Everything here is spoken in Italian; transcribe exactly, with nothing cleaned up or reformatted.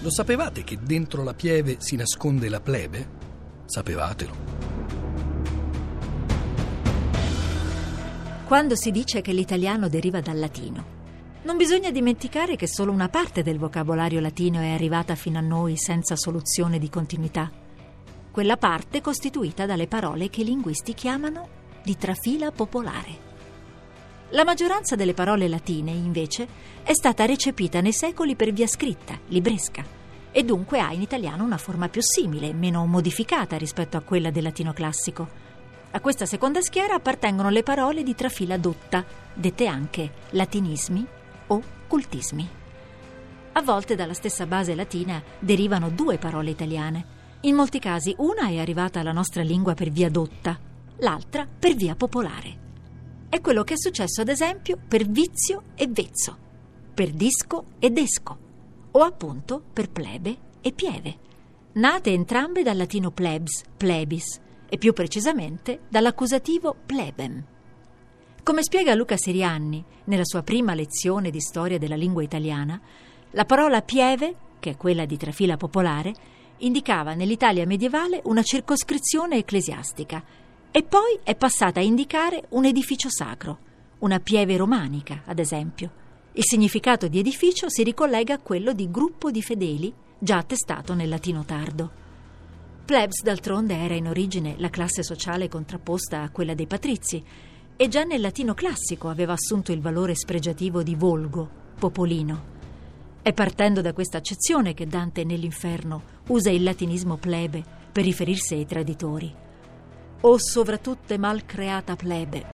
Lo sapevate che dentro la pieve si nasconde la plebe? Sapevatelo. Quando si dice che l'italiano deriva dal latino, non bisogna dimenticare che solo una parte del vocabolario latino è arrivata fino a noi senza soluzione di continuità. Quella parte costituita dalle parole che i linguisti chiamano di trafila popolare. La maggioranza delle parole latine, invece, è stata recepita nei secoli per via scritta, libresca, e dunque ha in italiano una forma più simile, meno modificata rispetto a quella del latino classico. A questa seconda schiera appartengono le parole di trafila dotta, dette anche latinismi o cultismi. A volte dalla stessa base latina derivano due parole italiane. In molti casi una è arrivata alla nostra lingua per via dotta, l'altra per via popolare. È quello che è successo, ad esempio, per vizio e vezzo, per disco e desco, o appunto per plebe e pieve, nate entrambe dal latino plebs, plebis, e più precisamente dall'accusativo plebem. Come spiega Luca Serianni nella sua prima lezione di storia della lingua italiana, la parola pieve, che è quella di trafila popolare, indicava nell'Italia medievale una circoscrizione ecclesiastica, e poi è passata a indicare un edificio sacro, una pieve romanica, ad esempio. Il significato di edificio si ricollega a quello di gruppo di fedeli, già attestato nel latino tardo. Plebs, d'altronde, era in origine la classe sociale contrapposta a quella dei patrizi, e già nel latino classico aveva assunto il valore spregiativo di volgo, popolino. È partendo da questa accezione che Dante nell'Inferno usa il latinismo plebe per riferirsi ai traditori. O sovra tutte mal creata plebe,